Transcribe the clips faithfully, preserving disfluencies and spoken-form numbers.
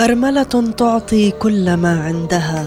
أرملة تعطي كل ما عندها.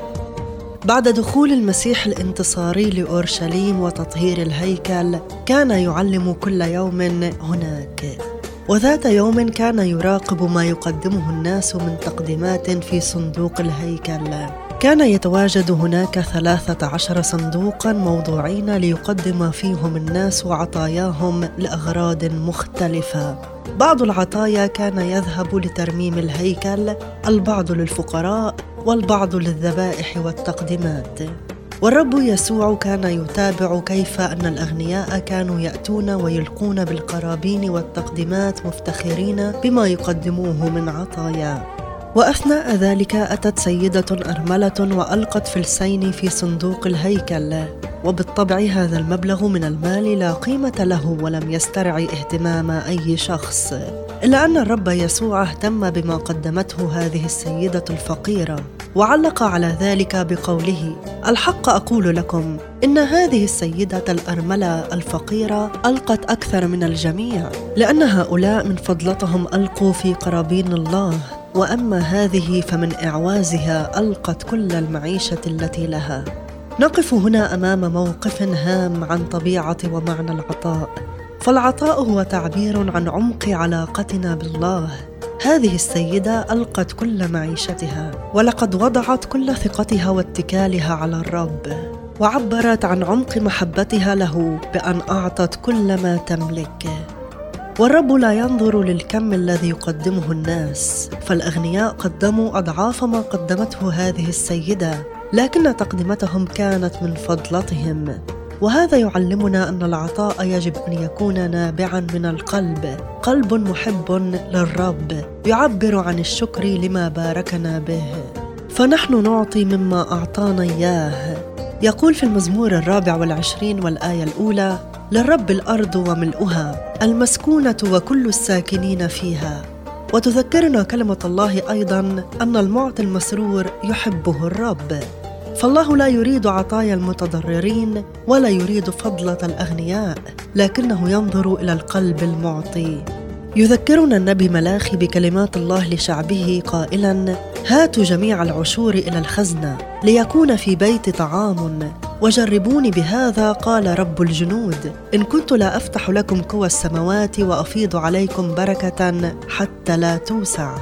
بعد دخول المسيح الانتصاري لأورشليم وتطهير الهيكل، كان يعلم كل يوم هناك، وذات يوم كان يراقب ما يقدمه الناس من تقديمات في صندوق الهيكل. كان يتواجد هناك ثلاثة عشر صندوقاً موضوعين ليقدم فيهم الناس عطاياهم لأغراض مختلفة. بعض العطايا كان يذهب لترميم الهيكل، البعض للفقراء، والبعض للذبائح والتقديمات. والرب يسوع كان يتابع كيف أن الأغنياء كانوا يأتون ويلقون بالقرابين والتقديمات مفتخرين بما يقدموه من عطايا. وأثناء ذلك أتت سيدة أرملة وألقت فلسين في صندوق الهيكل، وبالطبع هذا المبلغ من المال لا قيمة له ولم يسترعي اهتمام أي شخص، إلا أن الرب يسوع اهتم بما قدمته هذه السيدة الفقيرة، وعلق على ذلك بقوله: الحق أقول لكم إن هذه السيدة الأرملة الفقيرة ألقت أكثر من الجميع، لأن هؤلاء من فضلتهم ألقوا في قرابين الله، وأما هذه فمن إعوازها ألقت كل المعيشة التي لها. نقف هنا أمام موقف هام عن طبيعة ومعنى العطاء، فالعطاء هو تعبير عن عمق علاقتنا بالله. هذه السيدة ألقت كل معيشتها، ولقد وضعت كل ثقتها واتكالها على الرب، وعبرت عن عمق محبتها له بأن أعطت كل ما تملك. والرب لا ينظر للكم الذي يقدمه الناس، فالأغنياء قدموا أضعاف ما قدمته هذه السيدة، لكن تقدمتهم كانت من فضلتهم. وهذا يعلمنا أن العطاء يجب أن يكون نابعاً من القلب، قلب محب للرب يعبر عن الشكر لما باركنا به، فنحن نعطي مما أعطانا إياه. يقول في المزمور الرابع والعشرين والآية الأولى: للرب الأرض وملؤها، المسكونة وكل الساكنين فيها. وتذكرنا كلمة الله أيضاً أن المعطي المسرور يحبه الرب، فالله لا يريد عطايا المتضررين ولا يريد فضلة الأغنياء، لكنه ينظر إلى القلب المعطي. يذكرنا النبي ملاخي بكلمات الله لشعبه قائلاً: هاتوا جميع العشور إلى الخزنة ليكون في بيت طعام، وجربوني بهذا قال رب الجنود، إن كنت لا أفتح لكم قوى السماوات وأفيض عليكم بركة حتى لا توسع.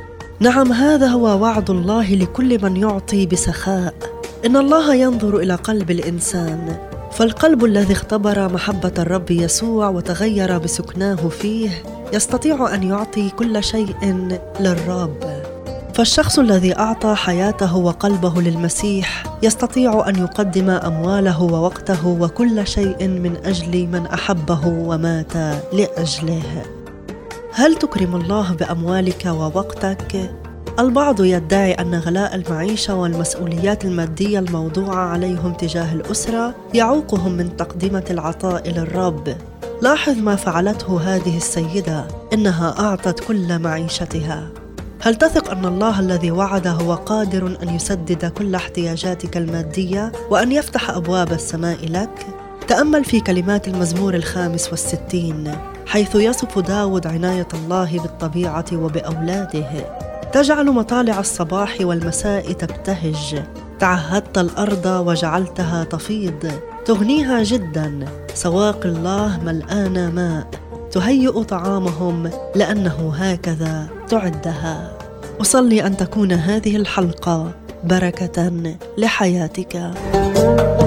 نعم، هذا هو وعد الله لكل من يعطي بسخاء. إن الله ينظر إلى قلب الإنسان، فالقلب الذي اختبر محبة الرب يسوع وتغير بسكناه فيه يستطيع أن يعطي كل شيء للرب. فالشخص الذي أعطى حياته وقلبه للمسيح يستطيع أن يقدم أمواله ووقته وكل شيء من أجل من أحبه ومات لأجله. هل تكرم الله بأموالك ووقتك؟ البعض يدعي أن غلاء المعيشة والمسؤوليات المادية الموضوعة عليهم تجاه الأسرة يعوقهم من تقدمة العطاء للرب. لاحظ ما فعلته هذه السيدة، إنها أعطت كل معيشتها. هل تثق أن الله الذي وعد هو قادر أن يسدد كل احتياجاتك المادية وأن يفتح أبواب السماء لك؟ تأمل في كلمات المزمور الخامس والستين، حيث يصف داود عناية الله بالطبيعة وبأولاده: تجعل مطالع الصباح والمساء تبتهج، تعهدت الأرض وجعلتها تفيض، تغنيها جدا، سواقي الله ملآن ماء، تهيئ طعامهم لأنه هكذا تعدها. أصلي أن تكون هذه الحلقة بركة لحياتك.